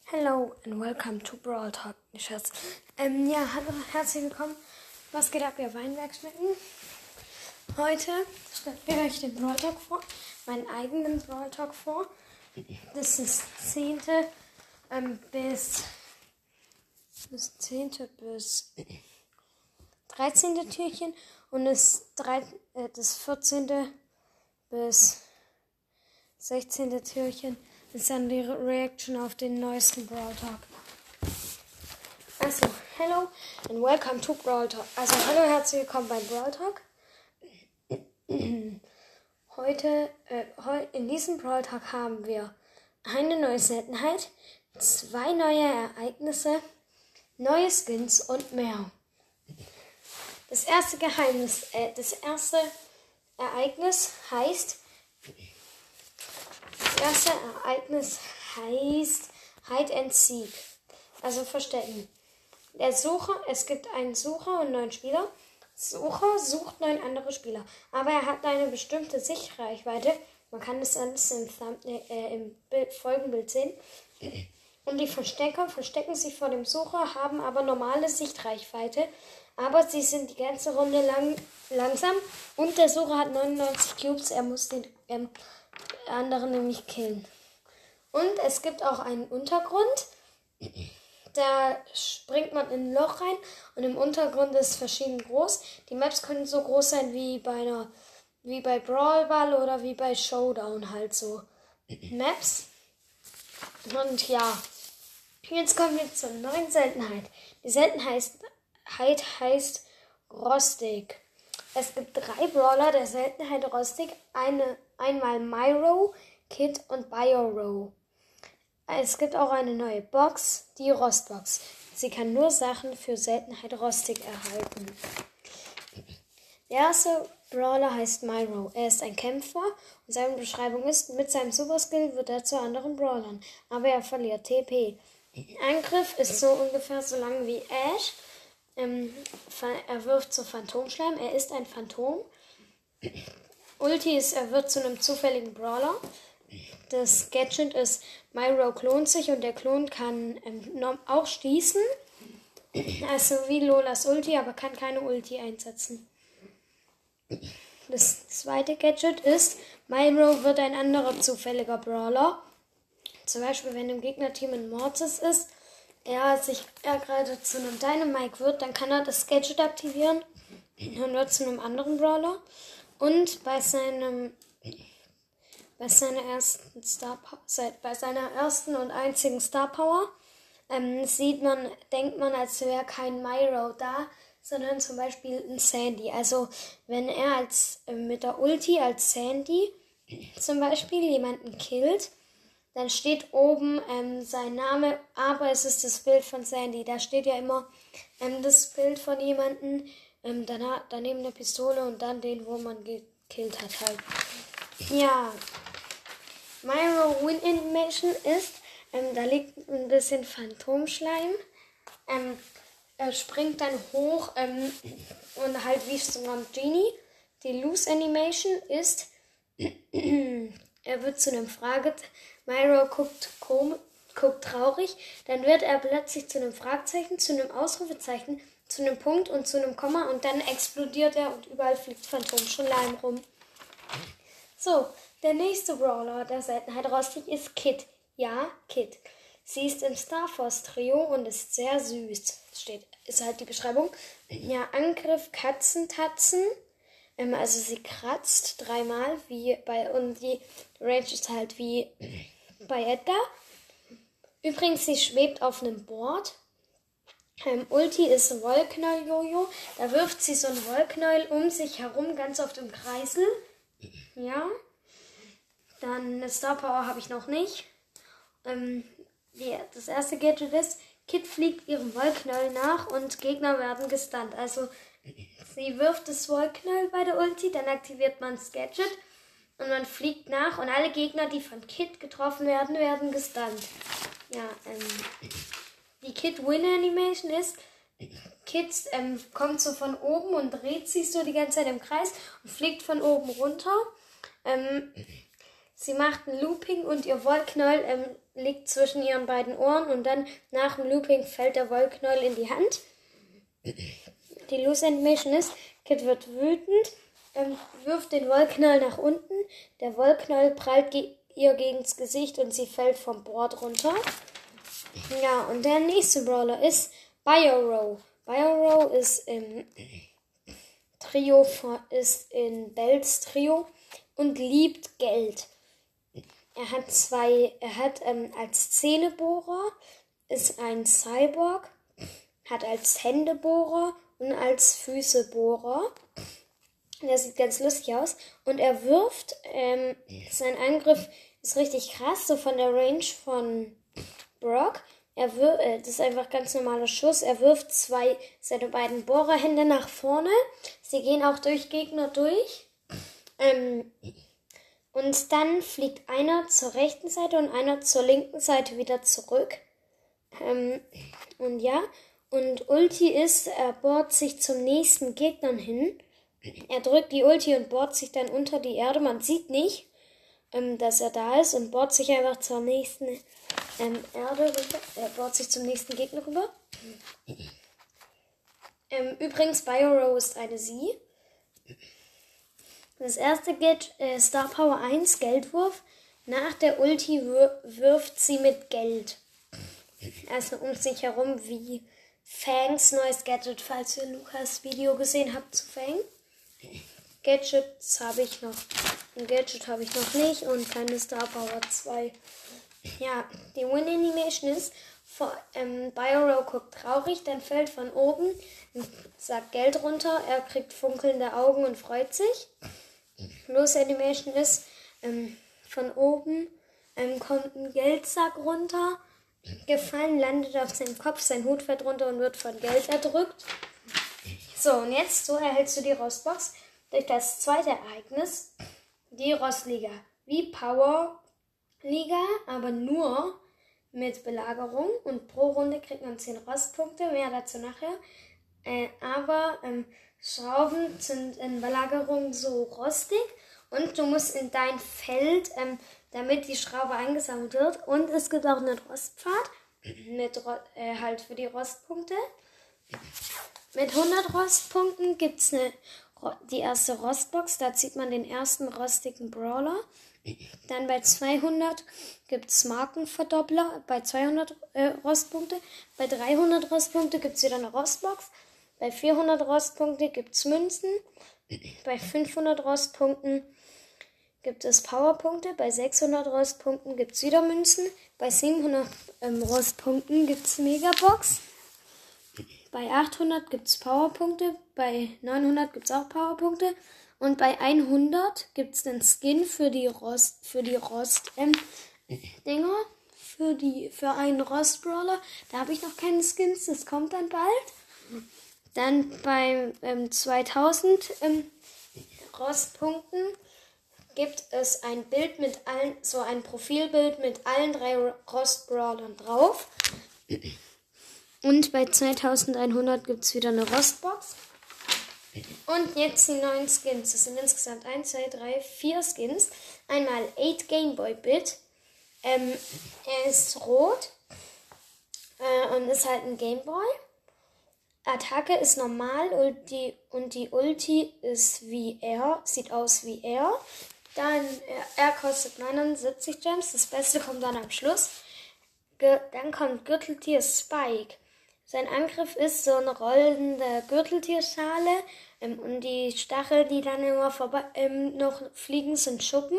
Hello and welcome to Brawl Talk, Schatz. Hallo, herzlich willkommen. Was geht ab, ihr Weinbergschnecken? Heute stelle ich euch den Brawl Talk vor, meinen eigenen Brawl Talk vor. Das ist das 10. bis 13. Türchen und das 14. bis 16. Türchen ist dann die Reaction auf den neuesten Brawl Talk. Also, hello and welcome to Brawl Talk. Also, hallo, herzlich willkommen bei Brawl Talk. Heute, in diesem Brawl Talk haben wir eine neue Seltenheit, 2 neue Ereignisse, neue Skins und mehr. Das erste Ereignis heißt Hide and Seek, also Verstecken. Es gibt einen Sucher und 9 Spieler. Sucher sucht 9 andere Spieler, aber er hat eine bestimmte Sichtreichweite. Man kann das alles im Folgenbild sehen. Und die Verstecker verstecken sich vor dem Sucher, haben aber normale Sichtreichweite, aber sie sind die ganze Runde langsam und der Sucher hat 99 Cubes, er muss den anderen nämlich killen. Und es gibt auch einen Untergrund, da springt man in ein Loch rein und im Untergrund ist verschieden groß. Die Maps können so groß sein wie bei Brawl Ball oder wie bei Showdown halt so Maps. Und ja, jetzt kommen wir zur neuen Seltenheit. Die Seltenheit heißt Rostig. Es gibt 3 Brawler der Seltenheit Rostig. Einmal Myro, Kid und Biorow. Es gibt auch eine neue Box, die Rostbox. Sie kann nur Sachen für Seltenheit Rostig erhalten. Der erste Brawler heißt Myro. Er ist ein Kämpfer und seine Beschreibung ist, mit seinem Superskill wird er zu anderen Brawlern, aber er verliert TP. Angriff ist so ungefähr so lang wie Ash. Er wirft so Phantomschleim. Er ist ein Phantom. Ulti ist, er wird zu einem zufälligen Brawler. Das Gadget ist, Myro klont sich und der Klon kann auch schießen. Also wie Lolas Ulti, aber kann keine Ulti einsetzen. Das zweite Gadget ist, Myro wird ein anderer zufälliger Brawler. Zum Beispiel, wenn im Gegnerteam ein Mortis ist, er gerade zu einem Dynamite wird, dann kann er das Gadget aktivieren und wird zu einem anderen Brawler. Und bei seiner ersten und einzigen Star Power denkt man, als wäre kein Myro da, sondern zum Beispiel ein Sandy. Also wenn er mit der Ulti als Sandy zum Beispiel jemanden killt, dann steht oben sein Name, aber es ist das Bild von Sandy. Da steht ja immer das Bild von jemandem, daneben eine Pistole und dann den, wo man gekillt hat halt. Ja, Myro Win Animation ist, da liegt ein bisschen Phantomschleim. Er springt dann hoch und halt wie so ein Genie. Die Lose Animation ist, er wird zu einem Myro guckt traurig, dann wird er plötzlich zu einem Fragezeichen, zu einem Ausrufezeichen, zu einem Punkt und zu einem Komma und dann explodiert er und überall fliegt Phantomschleim rum. So, der nächste Brawler der Seltenheit Rostig ist Kid. Ja, Kid. Sie ist im Starforce Trio und ist sehr süß. Ist halt die Beschreibung. Ja, Angriff Katzentatzen. Also sie kratzt 3-mal und die Range ist halt wie bei Edgar. Übrigens, sie schwebt auf einem Board. Ulti ist ein Wollknäuel-Jojo. Da wirft sie so ein Wollknäuel um sich herum, ganz oft im Kreisel. Ja. Dann eine Star Power habe ich noch nicht. Das erste Gadget ist, Kid fliegt ihrem Wollknäuel nach und Gegner werden gestunt. Also sie wirft das Wollknäuel bei der Ulti, dann aktiviert man das Gadget und man fliegt nach und alle Gegner, die von Kid getroffen werden, werden gestunt. Ja, die Kid Win Animation ist, Kid kommt so von oben und dreht sich so die ganze Zeit im Kreis und fliegt von oben runter. Sie macht ein Looping und ihr Wollknäuel liegt zwischen ihren beiden Ohren und dann nach dem Looping fällt der Wollknäuel in die Hand. Die Loose Animation ist, Kit wird wütend, wirft den Wollknäuel nach unten, der Wollknäuel prallt ihr gegens Gesicht und sie fällt vom Board runter. Ja, und der nächste Brawler ist Bio-Row. Bio-Row ist im Trio, ist in Bells Trio und liebt Geld. Er hat als Zähnebohrer, ist ein Cyborg, hat als Händebohrer und als Füßebohrer. Der sieht ganz lustig aus. Und er wirft, sein Angriff ist richtig krass, so von der Range von Brock. Das ist einfach ganz normaler Schuss. Er wirft seine beiden Bohrerhände nach vorne. Sie gehen auch durch Gegner durch. Und dann fliegt einer zur rechten Seite und einer zur linken Seite wieder zurück. Und Ulti ist, er bohrt sich zum nächsten Gegner hin. Er drückt die Ulti und bohrt sich dann unter die Erde. Man sieht nicht, dass er da ist und bohrt sich einfach zur nächsten Erde rüber. Er bohrt sich zum nächsten Gegner rüber. Übrigens, Bio-Row ist eine Sie. Das erste geht Star Power 1, Geldwurf. Nach der Ulti wirft sie mit Geld. Also um sich herum wie Fangs neues Gadget, falls ihr Lukas Video gesehen habt zu Fang. Gadgets habe ich noch. Ein Gadget habe ich noch nicht und keine Star Power 2. Ja, die Win Animation ist, Bio-Row guckt traurig, dann fällt von oben, sagt Geld runter, er kriegt funkelnde Augen und freut sich. Loose Animation ist, von oben kommt ein Geldsack runter, gefallen, landet auf seinem Kopf, sein Hut fällt runter und wird von Geld erdrückt. So, und jetzt, so erhältst du die Rostbox durch das zweite Ereignis, die Rostliga. Wie Power Liga, aber nur mit Belagerung und pro Runde kriegt man 10 Rostpunkte, mehr dazu nachher. Aber Schrauben sind in Belagerung so rostig und du musst in dein Feld, damit die Schraube eingesammelt wird. Und es gibt auch einen Rostpfad mit halt für die Rostpunkte. Mit 100 Rostpunkten gibt es die erste Rostbox, da zieht man den ersten rostigen Brawler. Dann bei 200 gibt es Markenverdoppler, bei 200 Rostpunkte. Bei 300 Rostpunkte gibt es wieder eine Rostbox. Bei 400 Rostpunkte gibt es Münzen. Bei 500 Rostpunkten gibt es Powerpunkte. Bei 600 Rostpunkten gibt es wieder Münzen. Bei 700 Rostpunkten gibt es Megabox. Bei 800 gibt es Powerpunkte. Bei 900 gibt es auch Powerpunkte. Und bei 100 gibt es den Skin für die Rost-Dinger. Für einen Rost-Brawler. Da habe ich noch keine Skins, das kommt dann bald. Dann bei 2000 Rostpunkten gibt es ein Bild mit so ein Profilbild mit allen 3 Rost-Brawlern drauf. Und bei 2100 gibt es wieder eine Rostbox. Und jetzt die neuen Skins. Das sind insgesamt 1, 2, 3, 4 Skins. Einmal 8 Gameboy-Bit. Er ist rot und ist halt ein Gameboy. Attacke ist normal und die Ulti ist wie er, sieht aus wie er. Dann, er kostet 79 Gems, das Beste kommt dann am Schluss. Dann kommt Gürteltier Spike. Sein Angriff ist so eine rollende Gürteltierschale und die Stachel, die dann immer noch fliegen, sind Schuppen.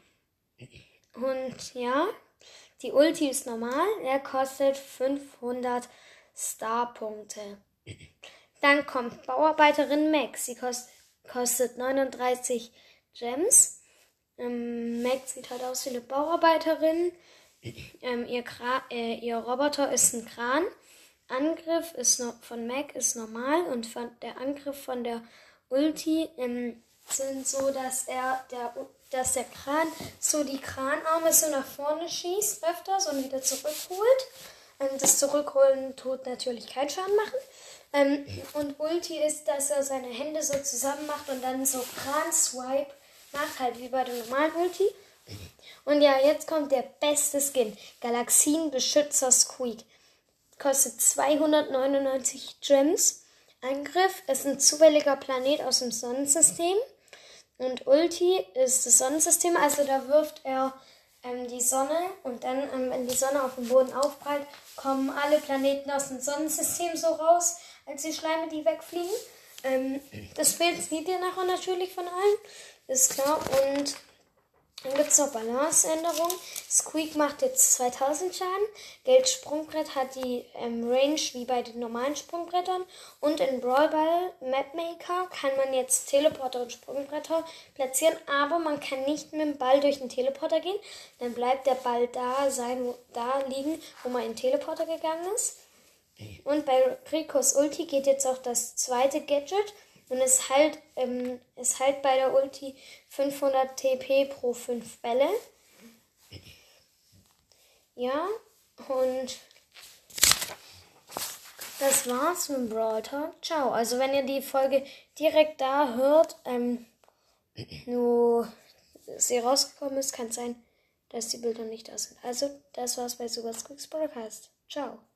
Und ja, die Ulti ist normal, er kostet 500 Starpunkte. Dann kommt Bauarbeiterin Max, sie kostet 39 Gems. Max sieht halt aus wie eine Bauarbeiterin. Ihr Roboter ist ein Kran. Angriff von Mac ist normal und der Angriff von der Ulti sind so, dass der Kran so die Kranarme so nach vorne schießt öfters und wieder zurückholt. Das Zurückholen tut natürlich keinen Schaden machen. Und Ulti ist, dass er seine Hände so zusammen macht und dann so Kran-Swipe macht, halt wie bei der normalen Ulti. Und ja, jetzt kommt der beste Skin. Galaxienbeschützer Squeak. Kostet 299 Gems. Angriff ist ein zufälliger Planet aus dem Sonnensystem. Und Ulti ist das Sonnensystem. Also da wirft er die Sonne. Und dann, wenn die Sonne auf dem Boden aufprallt, kommen alle Planeten aus dem Sonnensystem so raus, als die Schleime, die wegfliegen. Das Bild seht ihr nachher natürlich von allen. Ist klar. Und dann gibt es noch Balanceänderungen. Squeak macht jetzt 2000 Schaden. Geldsprungbrett hat die Range wie bei den normalen Sprungbrettern. Und in Brawl Ball Mapmaker kann man jetzt Teleporter und Sprungbretter platzieren. Aber man kann nicht mit dem Ball durch den Teleporter gehen. Dann bleibt der Ball da liegen, wo man in den Teleporter gegangen ist. Und bei Ricos Ulti geht jetzt auch das zweite Gadget. Und es halt bei der Ulti 500 TP pro 5 Bälle. Ja, und das war's mit dem Brawl Talk. Ciao. Also wenn ihr die Folge direkt da hört, wo sie rausgekommen ist, kann es sein, dass die Bilder nicht da sind. Also das war's bei Super Squeaks Podcast. Ciao.